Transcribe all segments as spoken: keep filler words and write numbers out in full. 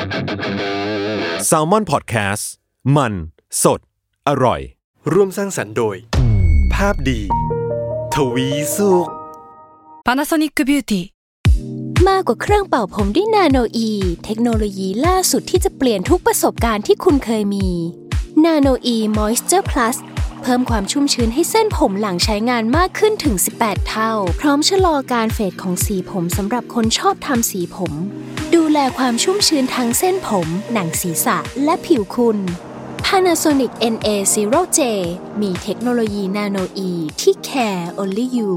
Salmon Podcast มันสดอร่อยร่วมสร้างสรรค์โดยภาพดีทวีสุข Panasonic Beauty มากกว่าเครื่องเป่าผมด้วยนาโนอีเทคโนโลยีล่าสุดที่จะเปลี่ยนทุกประสบการณ์ที่คุณเคยมีนาโนอี Moisture Plus เพิ่มความชุ่มชื้นให้เส้นผมหลังใช้งานมากขึ้นถึงสิบแปดเท่าพร้อมชะลอการเฟดของสีผมสำหรับคนชอบทำสีผมดูแลความชุ่มชื้นทั้งเส้นผมหนังศีรษะและผิวคุณ Panasonic เอ็น เอ ศูนย์ เจ มีเทคโนโลยีนาโนอีที่ care only you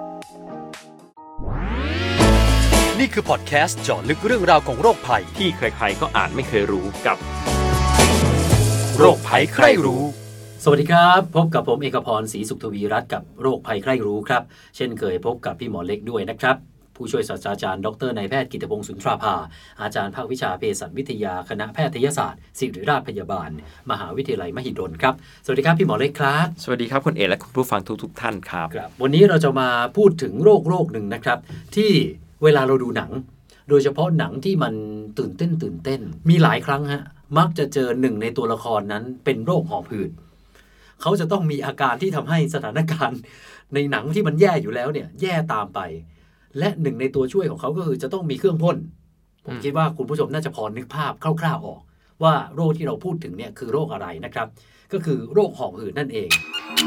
นี่คือพอดแคสต์เจาะลึกเรื่องราวของโรคภัยที่ใครๆก็อาจไม่เคยรู้กับโรคภัยใครรู้สวัสดีครับพบกับผมเอกพรศรีสุขทวีรัตน์กับโรคภัยใครรู้ครับเช่นเคยพบกับพี่หมอเล็กด้วยนะครับผู้ช่วยศาสตราจารย์ดรนายแพทย์กิตติพงศ์สุนทราภาอาจารย์ภาควิชาเภสัชวิทยาคณะแพทยศาสตร์ศิริราชพยาบาลมหาวิทยาลัยมหิดลครับสวัสดีครับพี่หมอเล็กครับสวัสดีครับคุณเอกและคุณผู้ฟังทุกๆท่านครับครับวันนี้เราจะมาพูดถึงโรคโรคหนึ่งนะครับที่เวลาเราดูหนังโดยเฉพาะหนังที่มันตื่นเต้นตื่นเต้นมีหลายครั้งฮะมักจะเจอหนึ่งในตัวละครนั้นเป็นโรคหอบหืดเขาจะต้องมีอาการที่ทำให้สถานการณ์ในหนังที่มันแย่อยู่แล้วเนี่ยแย่ตามไปและหนึ่งในตัวช่วยของเขาก็คือจะต้องมีเครื่องพ่นผมคิดว่าคุณผู้ชมน่าจะพอนึกภาพคร่าวๆออกว่าโรคที่เราพูดถึงเนี่ยคือโรคอะไรนะครับก็คือโรคหอบหืดนั่นเอง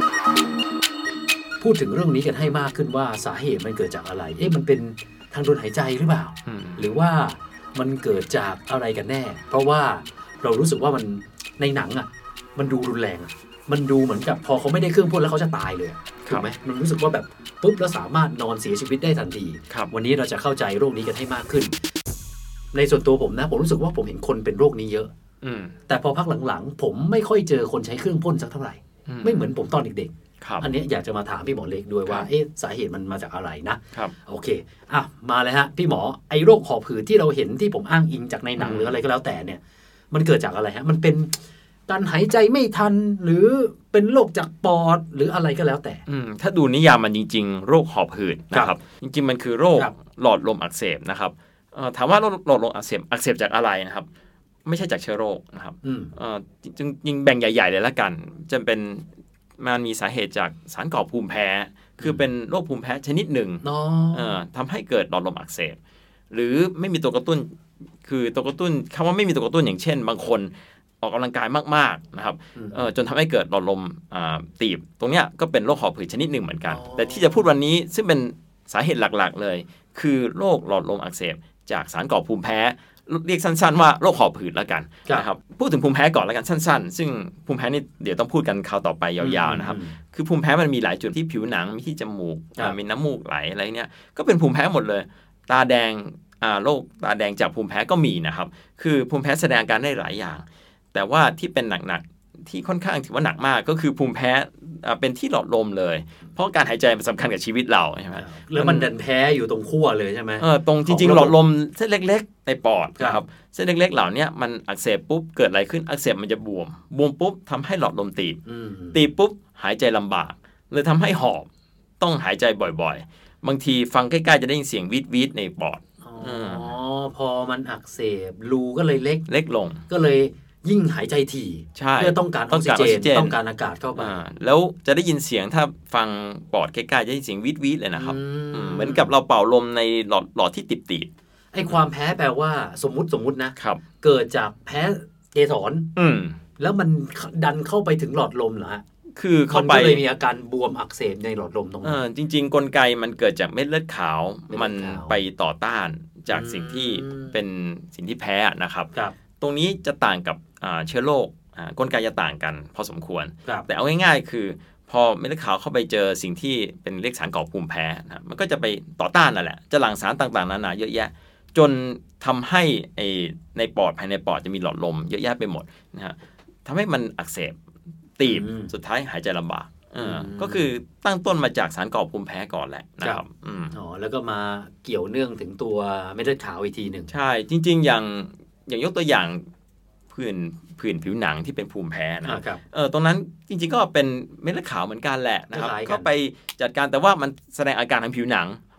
พูดถึงเรื่องนี้กันให้มากขึ้นว่าสาเหตุมันเกิดจากอะไรเอ๊ะมันเป็นทางเดินหายใจหรือเปล่าหรือว่ามันเกิดจากอะไรกันแน่เพราะว่าเรารู้สึกว่ามันในหนังอ่ะมันดูรุนแรงอ่ะมันดูเหมือนกับพอเขาไม่ได้เครื่องพ่นแล้วเขาจะตายเลยถูกไหมมันรู้สึกว่าแบบปุ๊บแล้วสามารถนอนเสียชีวิตได้ทันทีวันนี้เราจะเข้าใจโรคนี้กันให้มากขึ้นในส่วนตัวผมนะผมรู้สึกว่าผมเห็นคนเป็นโรคนี้เยอะแต่พอพักหลังๆผมไม่ค่อยเจอคนใช้เครื่องพ่นสักเท่าไหร่ไม่เหมือนผมตอนเด็กๆอันนี้อยากจะมาถามพี่หมอเล็กด้วยว่าเอ๊ะสาเหตุมันมาจากอะไรนะโอเคอ่ะมาเลยฮะพี่หมอไอ้โรคหอบหืดที่เราเห็นที่ผมอ้างอิงจากในหนังหรืออะไรก็แล้วแต่เนี่ยมันเกิดจากอะไรฮะมันเป็นการหายใจไม่ทันหรือเป็นโรคจากปอดหรืออะไรก็แล้วแต่ถ้าดูนิยามมันจริงๆโรคหอบหืดนะครับจริงๆมันคือโรคหลอดลมอักเสบนะครับถามว่าหลอดลมอักเสบอักเสบจากอะไรนะครับไม่ใช่จากเชื้อโรคนะครับจริงๆแบ่งใหญ่ๆเลยละกันจะเป็นมันมีสาเหตุจากสารก่อภูมิแพ้คือเป็นโรคภูมิแพ้ชนิดหนึ่งทำให้เกิดหลอดลมอักเสบหรือไม่มีตัวกระตุ้นคือตัวกระตุ้นคำว่าไม่มีตัวกระตุ้นอย่างเช่นบางคนออกกำลังกายมากๆนะครับจนทำให้เกิดหลอดลมตีบตรงเนี้ยก็เป็นโรคหอบหืดชนิดหนึ่งเหมือนกันแต่ที่จะพูดวันนี้ซึ่งเป็นสาเหตุหลักๆเลยคือโรคหลอดลมอักเสบจากสารก่อภูมิแพ้เรียกสั้นๆว่าโรคหอบหืดแล้วกันนะครับพูดถึงภูมิแพ้ก่อนแล้วกันสั้นๆซึ่งภูมิแพ้นี่เดี๋ยวต้องพูดกันคราวต่อไปยาวๆนะครับคือภูมิแพ้มันมีหลายจุดที่ผิวหนังมีที่จมูกมีน้ำมูกไหลอะไรเนี้ยก็เป็นภูมิแพ้หมดเลยตาแดงโรคตาแดงจากภูมิแพ้ก็มีนะครับคือภูมิแพ้แสดงอาการได้หลายอย่างแต่ว่าที่เป็นหนักๆที่ค่อนข้างถือว่าหนักมากก็คือภูมิแพ้เป็นที่หลอดลมเลยเพราะการหายใจมันสำคัญกับชีวิตเราใช่ไหมแล้วมันดันแพ้อยู่ตรงขั้วเลยใช่ไหมเออตรงจริงๆหลอดลมเส้นเล็กๆในปอดนะครับเส้นเล็กๆเหล่านี้มันอักเสบปุ๊บเกิดอะไรขึ้นอักเสบมันจะบวมบวมปุ๊บทำให้หลอดลมตีบตีบปุ๊บหายใจลำบากเลยทำให้หอบต้องหายใจบ่อยๆบางทีฟังใกล้ๆจะได้ยินเสียงวีดวีดในปอดอ๋อพอมันอักเสบรูก็เลยเล็กเล็กลงก็เลยยิ่งหายใจถี่เพื่อต้องการออกซิเจนต้องการอากาศเข้าไปแล้วจะได้ยินเสียงถ้าฟังปอดใกล้ๆจะได้ยินเสียงวีดวีดเลยนะครับเหมือนกับเราเป่าลมในหลอดหลอดที่ติดๆไอ้ความแพ้แปลว่าสมมุติสมมุตินะเกิดจากแพ้เกสรแล้วมันดันเข้าไปถึงหลอดลมเหรอฮะคือเข้าไปเลยมีอาการบวมอักเสบในหลอดลมตรงนั้นจริงๆกลไกมันเกิดจากเม็ดเลือดขาวมันไปต่อต้านจากสิ่งที่เป็นสิ่งที่แพ้นะครับตรงนี้จะต่างกับเชื้อโรคกลไกจะต่างกันพอสมควรแต่เอาง่ายๆคือพอเม็ดเลือดขาวเข้าไปเจอสิ่งที่เป็นเรียกสารก่อภูมิแพ้นะมันก็จะไปต่อต้านนั่นแหละจะหลั่งสารต่างๆนานาเยอะแยะจนทำให้ในปอดภายในปอดจะมีหลอดลมเยอะแยะไปหมดนะฮะทำให้มันอักเสบตีบสุดท้ายหายใจลำบากก็คือตั้งต้นมาจากสารก่อภูมิแพ้ก่อนแหละนะครับอ๋อแล้วก็มาเกี่ยวเนื่องถึงตัวเม็ดเลือดขาวอีกทีหนึ่งใช่จริงๆอย่างอย่างยกตัวอย่างผื่นผื่นผิวหนังที่เป็นภูมิแพ้นะครับเออตรงนั้นจริงๆก็เป็นเม็ดเลือดขาวเหมือนกันแหละนะครับก็ไปจัดการแต่ว่ามันแสดงอาการทางผิวหนัง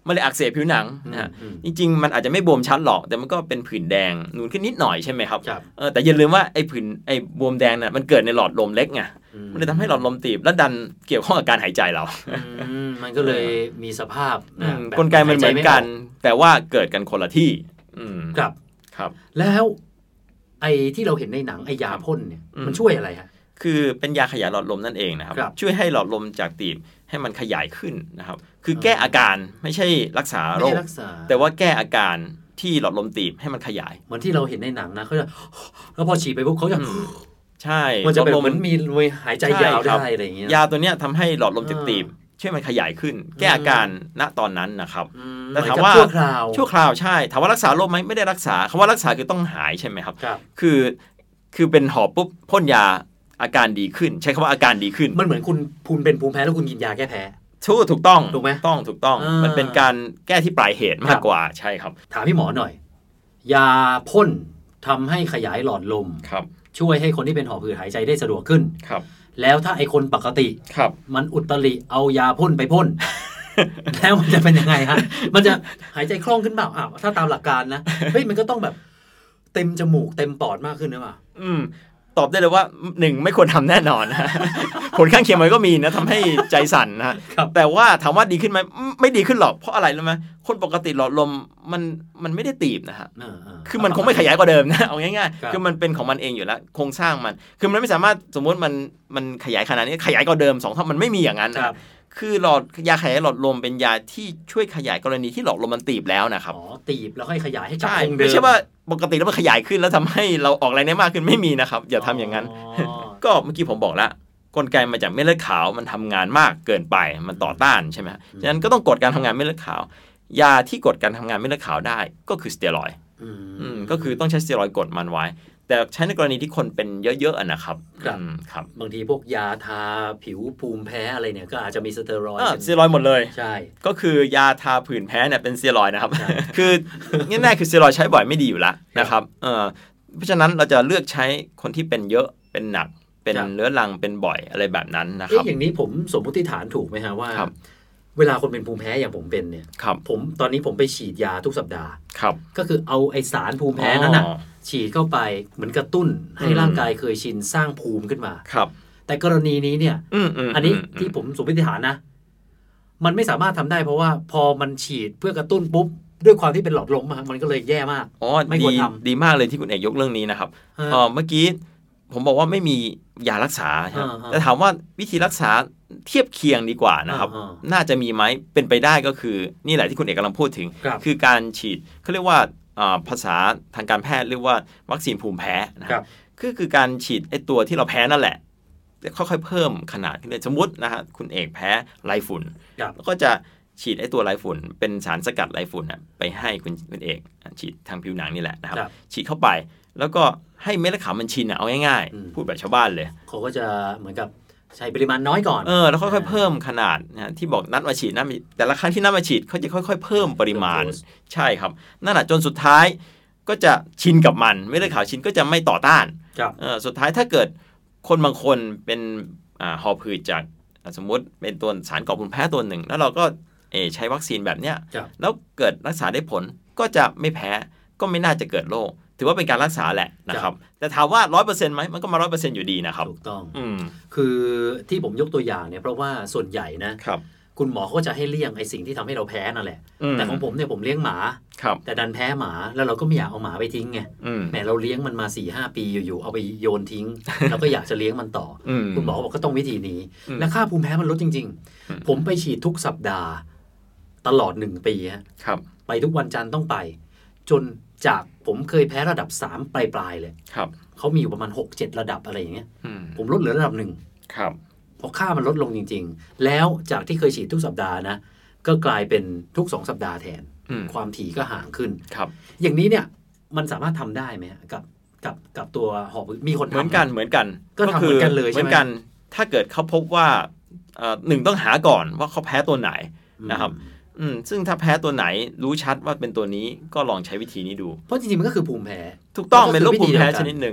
มันเลยอักเสบผิวหนังนะฮะจริงๆมันอาจจะไม่บวมชัดหรอกแต่มันก็เป็นผื่นแดงนูนขึ้นนิดหน่อยใช่ไหมครับเออแต่อย่าลืมว่าไอ้ผื่นไอ้บวมแดงน่ะมันเกิดในหลอดลมเล็กไงมันเลยทำให้หลอดลมตีบและดันเกี่ยวข้องกับการหายใจเรามันก็เลยมีสภาพกลไกมันเหมือนกันแต่ว่าเกิดกันคนละที่ครับครับแล้วไอ้ที่เราเห็นในหนังไอ้ยาพ่นเนี่ยมันช่วยอะไรฮะคือเป็นยาขยายหลอดลมนั่นเองนะครับช่วยให้หลอดลมจากตีบให้มันขยายขึ้นนะครับคือแก้อาการไม่ใช่รักษาโรคแต่ว่าแก้อาการที่หลอดลมตีบให้มันขยายเหมือนที่เราเห็นในหนังนะเขาจะแล้วพอฉีดไปปุ๊บเขาจะใช่มันจะเป็นเหมือนมีหายใจยาวได้อะไรอย่างเงี้ยยาตัวเนี้ยทำให้หลอดลมจากตีบช่วยมันขยายขึ้นแก้อาการณตอนนั้นนะครับแต่ถามว่าชั่วคราวชั่วคราวใช่ถามว่ารักษาโรคไหมไม่ได้รักษาคำว่ารักษาคือต้องหายใช่ไหมครับคือคือเป็นหอบปุ๊บพ่นยาอาการดีขึ้นใช้คำว่าอาการดีขึ้นมันเหมือนคุณภูมิเป็นภูมิแพ้แล้วคุณกินยาแก้แพ้ถูกถูกต้องถูกไหมต้องถูกต้องมันเป็นการแก้ที่ปลายเหตุมากกว่าใช่ครับถามพี่หมอหน่อยยาพ่นทำให้ขยายหลอดลมครับช่วยให้คนที่เป็นหอบหืดหายใจได้สะดวกขึ้นครับแล้วถ้าไอคนปกติครับมันอุตริเอายาพ่นไปพ่น แล้วมันจะเป็นยังไงฮะมันจะหายใจคล่องขึ้นเปล่าอ้าวถ้าตามหลักการนะเฮ้ยมันก็ต้องแบบเต็มจมูกเต็มปอดมากขึ้นนะป่ะอืมตอบได้เลยว่าหนึ่งไม่ควรทำแน่นอนนะผลข้างเคียงมันก็มีนะทำให้ใจสั่นนะแต่ว่าถามว่าดีขึ้นไหมไม่ดีขึ้นหรอกเพราะอะไรรู้ไหมคนปกติหลอดลมมันมันไม่ได้ตีบนะฮะคือมันคงไม่ขยายกว่าเดิมนะเอาง่ายๆคือมันเป็นของมันเองอยู่แล้วโครงสร้างมันคือมันไม่สามารถสมมติมันมันขยายขนาดนี้ขยายกว่าเดิมสองเท่ามันไม่มีอย่างนั้นนะคือหลอดยาขยายหลอดลมเป็นยาที่ช่วยขยายกรณีที่หลอดลมมันตีบแล้วนะครับอ๋อตีบแล้วค่อยขยายให้จับคงเดิมไม่ใช่ว่าปกติแล้วมันขยายขึ้นแล้วทำให้เราออกอะไรได้มากขึ้นไม่มีนะครับอย่าทำอย่างนั้นก็เมื่อกี้ผมบอกแล้วกลไกมาจากเม็ดเลือดขาวมันทำงานมากเกินไปมันต่อต้านใช่ไหมฉะนั้นก็ต้องกดการทำงานเม็ดเลือดขาว ยาที่กดการทำงานเม็ดเลือดขาวได้ก็คือสเตียรอยด์ก็คือต้องใช้สเตียรอยด์กดมันไว้แต่ใช้ในกรณีที่คนเป็นเยอะๆนะครับครับบางทีพวกยาทาผิวภูมิแพ้อะไรเนี่ยก็อาจจะมีสเตียรอยด์สเตียรอยด์หมดเลยใช่ก็คือยาทาผื่นแพ้เนี่ยเป็นสเตียรอยด์นะครับคือง่ายๆคือสเตียรอยด์ใช้บ่อยไม่ดีอยู่แล้วนะครับเพราะฉะนั้นเราจะเลือกใช้คนที่เป็นเยอะเป็นหนักเป็นเรื้อรังเป็นบ่อยอะไรแบบนั้นนะครับอย่างนี้ผมสมมติฐานถูกไหมฮะว่าเวลาคนเป็นภูมิแพ้อย่างผมเป็นเนี่ยผมตอนนี้ผมไปฉีดยาทุกสัปดาห์ก็คือเอาไอสารภูมิแพ้นั้นน่ะฉีดเข้าไปเหมือนกระตุ้นให้ร่างกายเคยชินสร้างภูมิขึ้นมาแต่กรณีนี้เนี่ย อันนี้ที่ผมสมมติฐานนะมันไม่สามารถทำได้เพราะว่าพอมันฉีดเพื่อกระตุ้นปุ๊บด้วยความที่เป็นหลอดลมมันก็เลยแย่มากอ๋อไม่ควรทำดีมากเลยที่คุณเอกยกเรื่องนี้นะครับเมื่อกี้ผมบอกว่าไม่มียารักษาแต่ถามว่าวิธีรักษาเทียบเคียงดีกว่านะครับน่าจะมีไหมเป็นไปได้ก็คือนี่แหละที่คุณเอกกำลังพูดถึงคือการฉีดเขาเรียกว่าภาษาทางการแพทย์เรียกว่าวัคซีนภูมิแพ้นะครับคือคือการฉีดไอ้ตัวที่เราแพ้นั่นแหละค่อยๆเพิ่มขนาดขึ้นเลยสมมตินะฮะคุณเอกแพ้ไรฝุ่นแล้วก็จะฉีดไอ้ตัวไรฝุ่นเป็นสารสกัดไรฝุ่นไปให้คุณคุณเอกฉีดทางผิวหนังนี่แหละนะครับฉีดเข้าไปแล้วก็ให้เม็ดเลือดขาวมันชินเอาง่ายๆพูดแบบชาวบ้านเลยเขาก็จะเหมือนกับใช้ปริมาณน้อยก่อนเออแล้วค่อยๆเพิ่มขนาดนะที่บอกนัดมาฉีดนัดแต่ละครั้งที่นัดมาฉีดเขาจะค่อยๆเพิ่มปริมาณใช่ครับนั่นแหละจนสุดท้ายก็จะชินกับมันเม็ดเลือดขาวชินก็จะไม่ต่อต้านเออสุดท้ายถ้าเกิดคนบางคนเป็นอ่าหอบหืดจากสมมุติเป็นตัวสารก่อภูมิแพ้ตัวหนึ่งแล้วเราก็เอใช้วัคซีนแบบเนี้ยแล้วเกิดรักษาได้ผลก็จะไม่แพ้ก็ไม่น่าจะเกิดโรคถือว่าเป็นการรักษาแหละนะครับแต่ถามว่า ร้อยเปอร์เซ็นต์ ไหมมันก็มา ร้อยเปอร์เซ็นต์ อยู่ดีนะครับถูกต้องอืมคือที่ผมยกตัวอย่างเนี่ยเพราะว่าส่วนใหญ่นะครับคุณหมอเขาจะให้เลี่ยงไอ้สิ่งที่ทำให้เราแพ้นั่นแหละแต่ของผมเนี่ยผมเลี้ยงหมาแต่ดันแพ้หมาแล้วเราก็ไม่อยากเอาหมาไปทิ้งไงแหมเราเลี้ยงมันมา สี่ห้า ปีอยู่ๆเอาไปโยนทิ้งแล้วก็อยากจะเลี้ยงมันต่อคุณหมอบอกก็ต้องวิธีนี้และค่าภูมิแพ้มันลดจริงๆผมไปฉีดทุกสัปดาห์ตลอดหนึ่งปีครับไปทุกวันจันทร์ต้องไปจนจากผมเคยแพ้ระดับสามปลายๆเลยครับเขามีอยู่ประมาณ หกเจ็ด ระดับอะไรอย่างเงี้ยผมลดเหลือระดับหนึ่งครับพอค่ามันลดลงจริงๆแล้วจากที่เคยฉีดทุกสัปดาห์นะก็กลายเป็นทุกสองสัปดาห์แทนความถี่ก็ห่างขึ้นครับอย่างนี้เนี่ยมันสามารถทำได้ไหมกับกับกับตัวหอบมีคนทำเหมือนกันเหมือนกันก็ทำเหมือนกันเลยใช่ไหมเหมือนกันถ้าเกิดเขาพบว่าหนึ่งต้องหาก่อนว่าเขาแพ้ตัวไหนนะครับอืมซึ่งถ้าแพ้ตัวไหนรู้ชัดว่าเป็นตัวนี้ก็ลองใช้วิธีนี้ดูเพราะจริงๆมันก็คือภูมิแพ้ถูกต้องเป็นโรคภูมิแพ้ชนิดหนึ่ง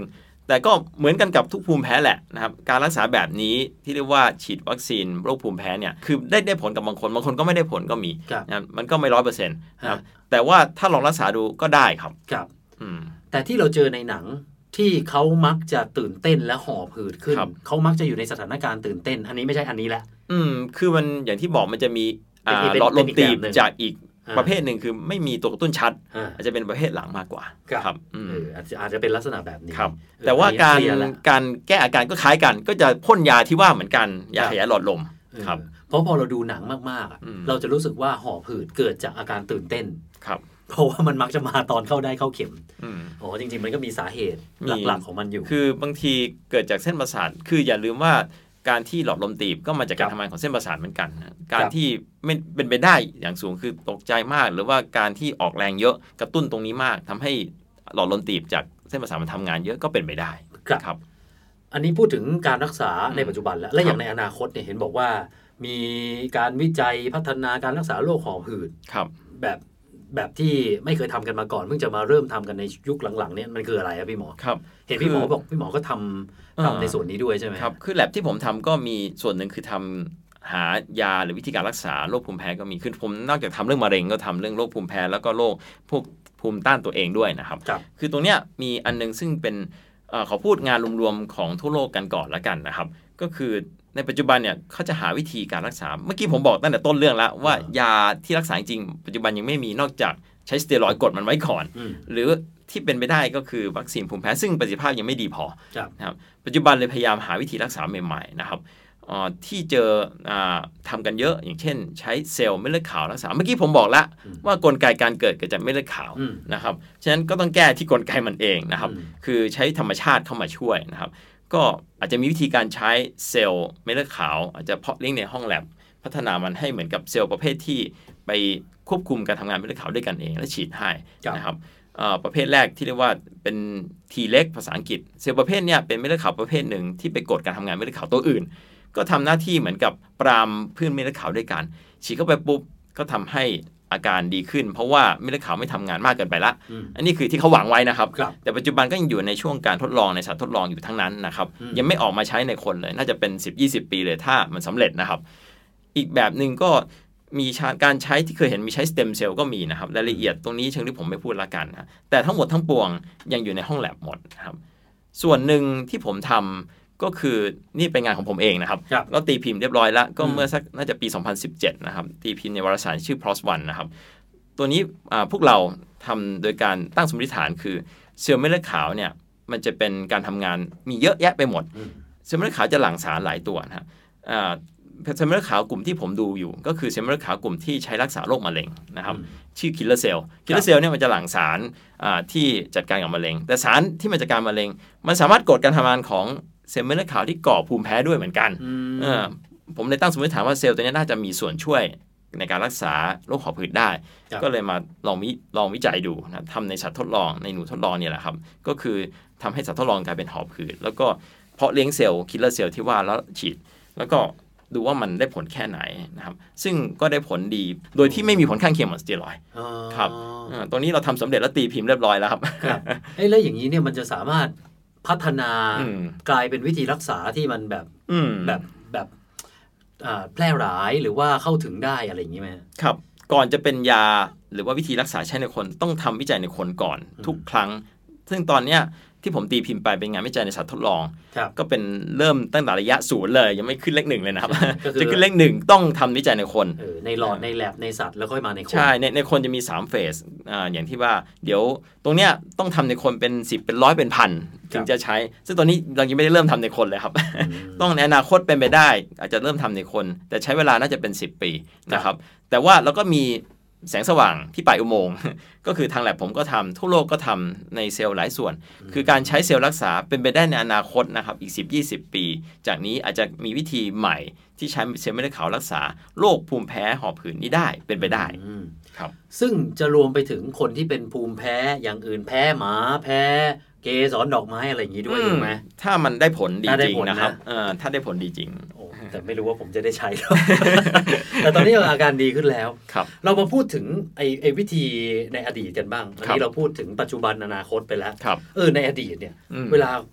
แต่ก็เหมือนกันกับทุกภูมิแพ้แหละนะครับการรักษาแบบนี้ที่เรียกว่าฉีดวัคซีนโรคภูมิแพ้เนี่ยคือได้ได้ผลกับบางคนบางคนก็ไม่ได้ผลก็มีนะมันก็ไม่ร้อยเปอร์เซ็นต์นะครับแต่ว่าถ้าลองรักษาดูก็ได้ครับครับแต่ที่เราเจอในหนังที่เขามักจะตื่นเต้นและหอบหืดขึ้นเขามักจะอยู่ในสถานการณ์ตื่นเต้นอันนี้ไม่ใช่อันนี้แหละอืมคือมันอย่างที่บอกมันจะมีหลอดลมตีบจากอีกประเภทหนึ่งคือไม่มีตัวกระตุ้นชัดอาจจะเป็นประเภทหลังมากกว่าครับอาจจะเป็นลักษณะแบบนี้ครับแต่ว่าการการแก้อาการก็คล้ายกันก็จะพ่นยาที่ว่าเหมือนกันยาขยายหลอดลมครับเพราะพอเราดูหนังมากๆเราจะรู้สึกว่าหอบหืดเกิดจากอาการตื่นเต้นครับเพราะว่ามันมักจะมาตอนเข้าได้เข้าเข็มอ๋อจริงๆมันก็มีสาเหตุหลักๆของมันอยู่คือบางทีเกิดจากเส้นประสาทคืออย่าลืมว่าการที่หลอดลมตีบก็มาจากการทำงานของเส้นประสาทเหมือนกันการที่ไม่เป็นไปได้อย่างสูงคือตกใจมากหรือว่าการที่ออกแรงเยอะกระตุ้นตรงนี้มากทำให้หลอดลมตีบจากเส้นประสาทมันทำงานเยอะก็เป็นไปได้ครับอันนี้พูดถึงการรักษาในปัจจุบันแล้วและอย่างในอนาคตเนี่ยเห็นบอกว่ามีการวิจัยพัฒนาการรักษาโรคหอบหืดแบบแบบที่ไม่เคยทำกันมาก่อนเพิ่งจะมาเริ่มทำกันในยุคหลังๆเนี่ยมันคืออะไรครับพี่หมอครับเห็นพี่หมอบอกพี่หมอก็ทำทำในส่วนนี้ด้วยใช่ไหมครับคือแลบที่ผมทำก็มีส่วนหนึ่งคือทำหายาหรือวิธีการรักษาโรคภูมิแพ้ก็มีคือผมนอกจากทำเรื่องมะเร็งก็ทำเรื่องโรคภูมิแพ้แล้วก็โรคพวกภูมิต้านตัวเองด้วยนะครับคือตรงเนี้ยมีอันนึงซึ่งเป็นขอพูดงานรวมๆของทั่วโลกกันก่อนละกันนะครับก็คือในปัจจุบันเนี่ยเขาจะหาวิธีการรักษาเมื่อกี้ผมบอกตั้งแต่ต้นเรื่องแล้วว่ายาที่รักษาจริงปัจจุบันยังไม่มีนอกจากใช้สเตียรอยด์กดมันไว้ก่อนหรือที่เป็นไปได้ก็คือวัคซีนภูมิแพ้ซึ่งประสิทธิภาพยังไม่ดีพอนะครับปัจจุบันเลยพยายามหาวิธีรักษาใหม่ๆนะครับที่เจอทำกันเยอะอย่างเช่นใช้เซลล์เม็ดเลือดขาวรักษาเมื่อกี้ผมบอกแล้วว่ากลไกการเกิดเกิดจากเม็ดเลือดขาวนะครับฉะนั้นก็ต้องแก้ที่กลไกมันเองนะครับคือใช้ธรรมชาติเข้ามาช่วยนะครับก็อาจจะมีวิธีการใช้เซลล์เม็ดเลือดขาวอาจจะเพาะเลี้ยงในห้องแลบพัฒนามันให้เหมือนกับเซลล์ประเภทที่ไปควบคุมการทำงานเม็ดเลือดขาวด้วยกันเองและฉีดให้นะครับประเภทแรกที่เรียกว่าเป็น T เล็กภาษาอังกฤษเซลล์ประเภทนี้เป็นเม็ดเลือดขาวประเภทหนึ่งที่ไปกดการทำงานเม็ดเลือดขาวตัวอื่นก็ทำหน้าที่เหมือนกับปรามเพื่อนเม็ดเลือดขาวด้วยกันฉีดเข้าไปปุ๊บก็ทำให้อาการดีขึ้นเพราะว่าเม็ดเลือดขาวไม่ทำงานมากเกินไปละอันนี้คือที่เขาหวังไว้นะครับแต่ปัจจุบันก็ยังอยู่ในช่วงการทดลองในสัตว์ทดลองอยู่ทั้งนั้นนะครับยังไม่ออกมาใช้ในคนเลยน่าจะเป็น สิบถึงยี่สิบ ปีเลยถ้ามันสำเร็จนะครับอีกแบบนึงก็มีการใช้ที่เคยเห็นมีใช้สเต็มเซลล์ก็มีนะครับรายละเอียดตรงนี้เชิงที่ผมไม่พูดละกันนะแต่ทั้งหมดทั้งปวงยังอยู่ในห้องแลบหมดนะครับส่วนหนึ่งที่ผมทำก็คือนี่เป็นงานของผมเองนะครับก็ตีพิมพ์เรียบร้อยแล้วก็เมื่อสักน่าจะปี สองพันสิบเจ็ด นะครับตีพิมพ์ในวารสารชื่อ พี เอ เอ เอส วัน นะครับตัวนี้พวกเราทำโดยการตั้งสมมติฐานคือเซลล์เม็ดเลือดขาวเนี่ยมันจะเป็นการทำงานมีเยอะแยะไปหมดเซลล์เม็ดเลือดขาวจะหลั่งสารหลายตัวนะครับเซลล์เม็ดเลือดขาวกลุ่มที่ผมดูอยู่ก็คือเซลล์เม็ดเลือดขาวกลุ่มที่ใช้รักษาโรคมะเร็งนะครับชื่อคิลเลอร์เซลล์คิลเลอร์เซลล์เนี่ยมันจะหลั่งสารที่จัดการกับมะเร็งแต่สารที่มันจัดการมะเร็งมันสามารถกดการทำงานของเซลล์เม็ดเลือดขาวที่ก่อภูมิแพ้ด้วยเหมือนกันผมเลยตั้งสมมติฐานว่าเซลล์ตัวนี้น่าจะมีส่วนช่วยในการรักษาโรคหอบหืดได้ก็เลยมาลองวิลองวิจัยดูนะทำในสัตว์ทดลองในหนูทดลองเนี่ยแหละครับก็คือทำให้สัตว์ทดลองกลายเป็นหอบหืดแล้วก็เพาะเลี้ยงเซลล์คิลเลอร์เซลล์ที่ว่าแล้วฉีดแล้วก็ดูว่ามันได้ผลแค่ไหนนะครับซึ่งก็ได้ผลดีโดยที่ไม่มีผลข้างเคียงเหมือนสเตียรอยด์ครับตรงนี้เราทำสำเร็จแล้วตีพิมพ์เรียบร้อยแล้วครับเอ้ยแล้วอย่างนี้เนี่ยมันจะสามารถพัฒนากลายเป็นวิธีรักษาที่มันแบบแบบแบบแพร่หลายหรือว่าเข้าถึงได้อะไรอย่างนี้ไหมครับก่อนจะเป็นยาหรือว่าวิธีรักษาใช้ในคนต้องทำวิจัยในคนก่อนทุกครั้งซึ่งตอนเนี้ยที่ผมตีพิมพ์ไปเป็นงานวิจัยในสัตว์ทดลองก็เป็นเริ่มตั้งแต่ระยะศูนย์เลยยังไม่ขึ้นเลขหนึ่งเลยนะครับจะขึ้นเลขหนึ่งต้องทำวิจัยในคนในหลอดในแลบในสัตว์แล้วค่อยมาในคนใช่ในในคนจะมีสามเฟสอ่าอย่างที่ว่าเดี๋ยวตรงเนี้ยต้องทำในคนเป็นสิบเป็นร้อยเป็นพันถึงจะใช้ซึ่งตอนนี้เรายังไม่ได้เริ่มทำในคนเลยครับต้องในอนาคตเป็นไปได้อาจจะเริ่มทำในคนแต่ใช้เวลาน่าจะเป็นสิบปีนะครับแต่ว่าเราก็มีแสงสว่างที่ปลายอุโมงค์ก็คือทางแลบผมก็ทำทั่วโลกก็ทำในเซลล์หลายส่วนคือการใช้เซลล์รักษาเป็นไปได้ในอนาคตนะครับอีก สิบถึงยี่สิบ ปีจากนี้อาจจะมีวิธีใหม่ที่ใช้เซลล์เม็ดเลือดขาวรักษาโรคภูมิแพ้หอบหืดนี้ได้เป็นไปได้ครับซึ่งจะรวมไปถึงคนที่เป็นภูมิแพ้อย่างอื่นแพ้หมาแพ้เกสรดอกไม้อะไรอย่างนี้ด้วยถูกไหมถ้ามันได้ผลดีจริงนะครับถ้าได้ผลดีจริงแต่ไม่รู้ว่าผมจะได้ใช้แต่ตอนนี้อาการดีขึ้นแล้วเรามาพูดถึงไอ้ไอ้วิธีในอดีตกันบ้างอันนี้เราพูดถึงปัจจุบันอนาคตไปแล้วเออในอดีตเนี่ยเวลา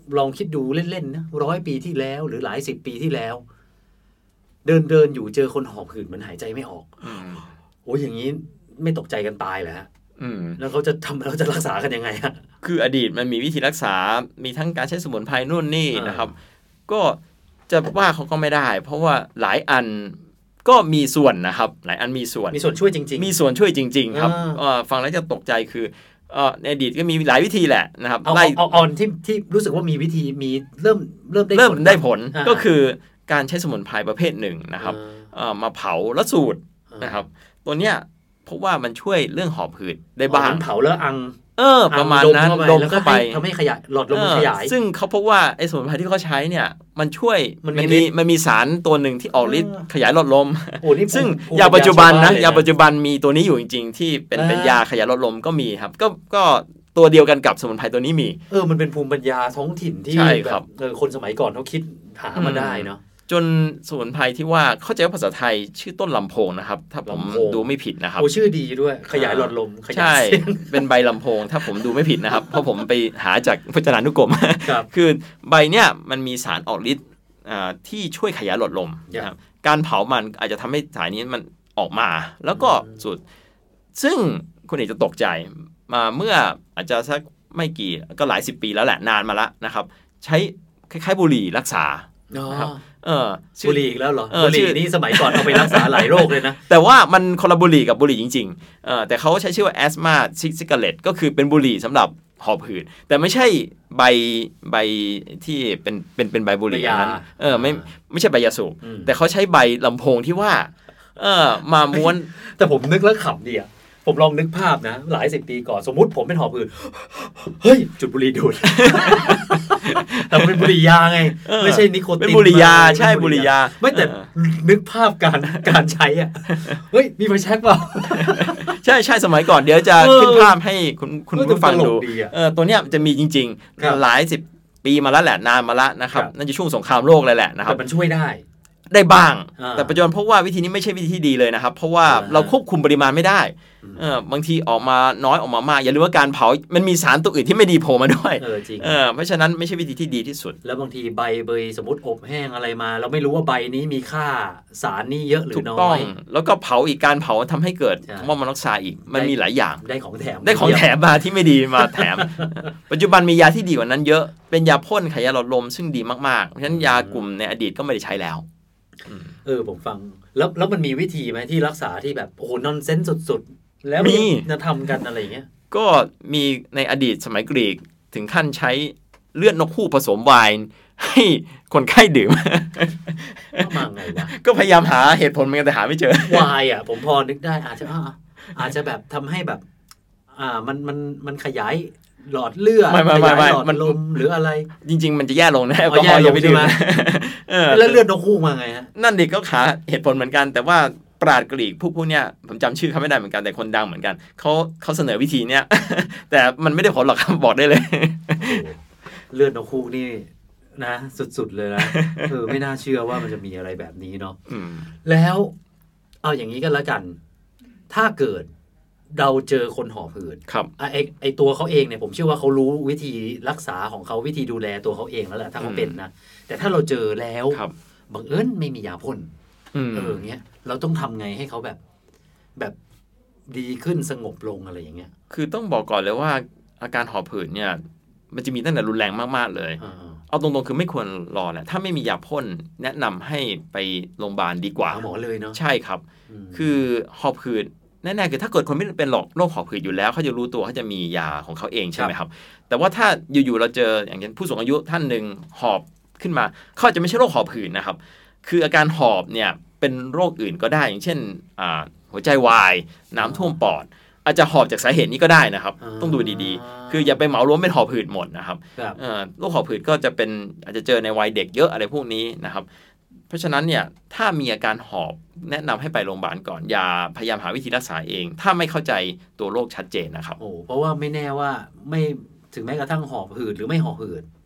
ลองคิดดูเล่นๆนะร้อยปีที่แล้วหรือหลายสิบปีที่แล้วเดินเดินอยู่เจอคนหอบหืดมันหายใจไม่ออกโอ้ยอย่างนี้ไม่ตกใจกันตายเหรอฮะแล้วเขาจะทำเราจะรักษากันยังไงฮะคืออดีตมันมีวิธีรักษามีทั้งการใช้สมุนไพรนู่นนี่นะครับก็จะว่าเขาก็ไม่ได้เพราะว่าหลายอันก็มีส่วนนะครับหลายอันมีส่วนมีส่วนช่วยจริงๆมีส่วนช่วยจริงๆครับฟังแล้วจะตกใจคือในอดีตก็มีหลายวิธีแหละนะครับเอาเอาเอาที่ที่รู้สึกว่ามีวิธีมีเริ่มเริ่มได้ผลเริ่มได้ผลก็คือการใช้สมุนไพรประเภทหนึ่งนะครับมาเผาแล้วสูตรนะครับตัวเนี้ยเพราะว่ามันช่วยเรื่องหอบหืดได้บ้างเผาแล้วอังเออประมาณนั้นลมเข้าไปทำให้ขยายหลอดลมมันขยายซึ่งเขาพบว่าไอ้สมุนไพรที่เขาใช้เนี่ยมันช่วยมันมีมันมีสารตัวหนึ่งที่ออกฤทธิ์ขยายหลอดลมซึ่งยาปัจจุบันนะยาปัจจุบันมีตัวนี้อยู่จริงๆที่เป็นเป็นยาขยายหลอดลมก็มีครับก็ก็ตัวเดียวกันกับสมุนไพรตัวนี้มีเออมันเป็นภูมิปัญญาท้องถิ่นที่แบบเออคนสมัยก่อนเขาคิดหามาได้เนาะจนสมุนไพรที่ว่าเข้าใจว่าภาษาไทยชื่อต้นลำโพงนะครับถ้าผมดูไม่ผิดนะครับโอ้ชื่อดีด้วยขยายหลอดลมขยายเสียงเป็นใบลำโพงถ้าผมดูไม่ผิดนะครับเพราะผมไปหาจากพจนานุกรมคือใบเนี้ยมันมีสารออกฤทธิ์ที่ช่วยขยายหลอดลมนะครับการเผามันอาจจะทำให้สารนี้มันออกมาแล้วก็สุดซึ่งคุณเอกจะตกใจมาเมื่ออาจจะสักไม่กี่ก็หลายสิบปีแล้วแหละนานมาแล้วนะครับใช้คล้ายๆบุหรี่รักษานะครับเออบุหรี่อีกแล้วเหรอบุหรี่นี่สมัยก่อนเอาไปรักษาหลายโรคเลยนะแต่ว่ามันคนละบุหรี่กับบุหรี่จริงๆเออแต่เขาใช้ชื่อว่าแอสมาซิกาเรตก็คือเป็นบุหรี่สำหรับหอบหืดแต่ไม่ใช่ใบใบที่เป็นเป็นเป็นใบบุหรี่นั้นเออไม่ไม่ใช่ใบยาสูบแต่เขาใช้ใบลำโพงที่ว่าเออมาม้วนแต่ผมนึกแล้วขำดีอ่ะผมลองนึกภาพนะหลายสิบปีก่อนสมมุติผมเป็นหอบหืดเฮ้ยจุดบุหรี่ดูดแต่เป็นบุหรี่ยาไงไม่ใช่นิโคตินเป็นบุหรี่ยาใช่บุหรี่ยาไม่แต่นึกภาพการการใช้อ่ะเฮ้ยมีไฟแช็กเปล่าใช่ใช่สมัยก่อนเดี๋ยวจะขึ้นภาพให้คุณคุณผู้ฟังดูเออตัวเนี้ยจะมีจริงๆหลายสิบปีมาแล้วแหละนานมาแล้วนะครับน่าจะช่วงสงครามโลกเลยแหละนะครับแต่มันช่วยได้ได้บ้างแต่ปัจจุบันเพราะว่าวิธีนี้ไม่ใช่วิธีที่ดีเลยนะครับเพราะว่าเราควบคุมปริมาณไม่ได้เออบางทีออกมาน้อยออกมามากอย่าลืมว่าการเผามันมีสารตัวอื่นที่ไม่ดีโผล่มาด้วยเออจริงเออเพราะฉะนั้นไม่ใช่วิธีที่ดีที่สุดแล้วบางทีใบเบยสมมติอบแห้งอะไรมาเราไม่รู้ว่าใบนี้มีค่าสารนี่เยอะหรือน้อยแล้วก็เผาอีกการเผาทำให้เกิดคาร์บอนมอนอกไซด์อีกมันมีหลายอย่างได้ของแถมได้ของแถมมาที่ไม่ดีมาแถมปัจจุบันมียาที่ดีกว่านั้นเยอะเป็นยาพ่นขยายหลอดลมซึ่งดีมากๆเพราะฉะนั้นยากลุ่มในอดีตก็ไม่ได้ใช้แล้วเออผมฟังแล้วแล้วมันมีวิธีไหมที่รักษาที่แบบโอ้โหนอนเซนส์สุดๆแล้วมีจะทำกันอะไรเงี้ยก็มีในอดีตสมัยกรีกถึงขั้นใช้เลือดนกฮูกผสมไวน์ให้คนไข้ดื่มมาไงวะก็พยายามหาเหตุผลเหมือนกันแต่หาไม่เจอไวน์อ่ะผมพอนึกได้อาจจะอาจจะแบบทำให้แบบอ่ามันมันมันขยายหลอดเลือดขยายหลอดลมหรืออะไรจริงๆมันจะแย่ลงนะแอลกอฮอล์อย่าไปดื่มแล้วเลือดนกฮูกมาไงฮะนั่นดิก็หาเหตุผลเหมือนกันแต่ว่าปราชญ์กรีกพวกพวกเนี้ยผมจำชื่อเขาไม่ได้เหมือนกันแต่คนดังเหมือนกันเขาเขาเสนอวิธีเนี้ยแต่มันไม่ได้ผลหรอกครับบอกได้เลยเลือดนกฮูกนี่นะสุดๆเลยนะเออไม่น่าเชื่อว่ามันจะมีอะไรแบบนี้เนาะแล้วเอาอย่างนี้กันแล้วกันถ้าเกิดเราเจอคนหอบหืดครับไอไอตัวเขาเองเนี่ยผมเชื่อว่าเขารู้วิธีรักษาของเขาวิธีดูแลตัวเขาเองแล้วแหละถ้าเขาเป็นนะแต่ถ้าเราเจอแล้วบังเอิญไม่มียาพ่นเออเงี้ยเราต้องทำไงให้เขาแบบแบบดีขึ้นสงบลงอะไรอย่างเงี้ยคือต้องบอกก่อนเลยว่าอาการหอบหืดเนี่ยมันจะมีตั้งแต่รุนแรงมากๆเลยเอาตรงๆคือไม่ควรรอแหละถ้าไม่มียาพ่นแนะนำให้ไปโรงพยาบาลดีกว่าหมอเลยเนาะใช่ครับคือหอบหืดแน่ๆคือถ้าเกิดคนไม่เป็นหรอกโรคหอบหืดอยู่แล้วเขาจะรู้ตัวเขาจะมียาของเขาเองใช่ไหมครับแต่ว่าถ้าอยู่ๆเราเจออย่างเช่นผู้สูงอายุท่านหนึ่งหอบขึ้นมาเขาจะไม่ใช่โรคหอบหืดนะครับคืออาการหอบเนี่ยเป็นโรคอื่นก็ได้อย่างเช่นหัวใจวายน้ำท่วมปอดอาจจะหอบจากสาเหตุนี้ก็ได้นะครับต้องดูดีๆคืออย่าไปเหมารวมเป็นหอบหืดหมดนะครับโรคหอบหืดก็จะเป็นอาจจะเจอในวัยเด็กเยอะอะไรพวกนี้นะครับเพราะฉะนั้นเนี่ยถ้ามีอาการหอบแนะนำให้ไปโรงพยาบาลก่อนอย่าพยายามหาวิธีรักษาเองถ้าไม่เข้าใจตัวโรคชัดเจนนะครับโอ้เพราะว่าไม่แน่ว่าไม่ถึงแม้กระทั่งหอบหืดหรือไม่หอบหืด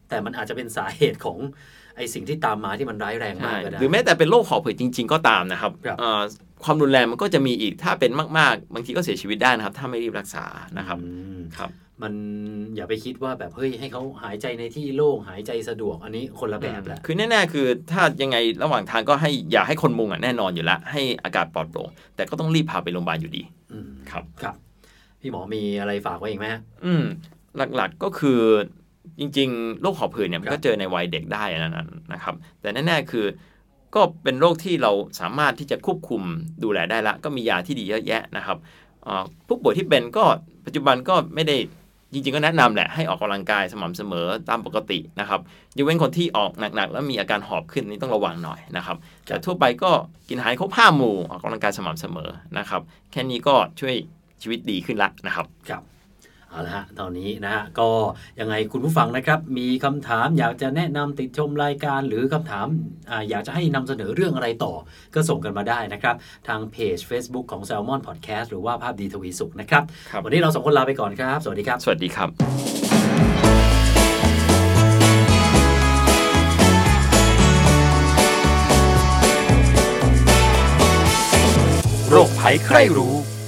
แต่มันอาจจะเป็นสาเหตุของไอ้สิ่งที่ตามมาที่มันร้ายแรงมากก็ได้หรือแม้แต่เป็นโรคหอบหืดจริงๆก็ตามนะครับความรุนแรงมันก็จะมีอีกถ้าเป็นมากๆบางทีก็เสียชีวิตได้นะครับถ้าไม่รีบรักษานะครับครับมันอย่าไปคิดว่าแบบเฮ้ยให้เขาหายใจในที่โล่งหายใจสะดวกอันนี้คนละแบบแหละคือแน่ๆคือถ้ายังไงระหว่างทางก็ให้อย่าให้คนมุงอ่ะแน่นอนอยู่แล้วให้อากาศปลอดโปร่งแต่ก็ต้องรีบพาไปโรงพยาบาลอยู่ดีครับครับพี่หมอมีอะไรฝากไว้อีกไหมอืมหลักๆก็คือจริงๆโรคหอบหืดเนี่ยมันก็เจอในวัยเด็กได้นั้นนะครับแต่แน่ๆคือก็เป็นโรคที่เราสามารถที่จะควบคุมดูแลได้ละก็มียาที่ดีเยอะแยะนะครับผู้ป่วยที่เป็นก็ปัจจุบันก็ไม่ได้จริงๆก็แนะนำแหละให้ออกกำลังกายสม่ำเสมอตามปกตินะครับยกเว้นคนที่ออกหนักๆแล้วมีอาการหอบขึ้นนี่ต้องระวังหน่อยนะครับแต่ทั่วไปก็กินอาหารครบห้าหมู่ออกกำลังกายสม่ำเสมอนะครับแค่นี้ก็ช่วยชีวิตดีขึ้นละนะครับครับเอาละฮะตอนนี้นะฮะก็ยังไงคุณผู้ฟังนะครับมีคำถามอยากจะแนะนำติดชมรายการหรือคำถาม อ, อยากจะให้นำเสนอเรื่องอะไรต่อก็ส่งกันมาได้นะครับทางเพจ Facebook ของ Salmon Podcast หรือว่าภาพดีทวีสุขนะครับวันนี้เราสองคนลาไปก่อนครับสวัสดีครับสวัสดีครับโรคภัยใครรู้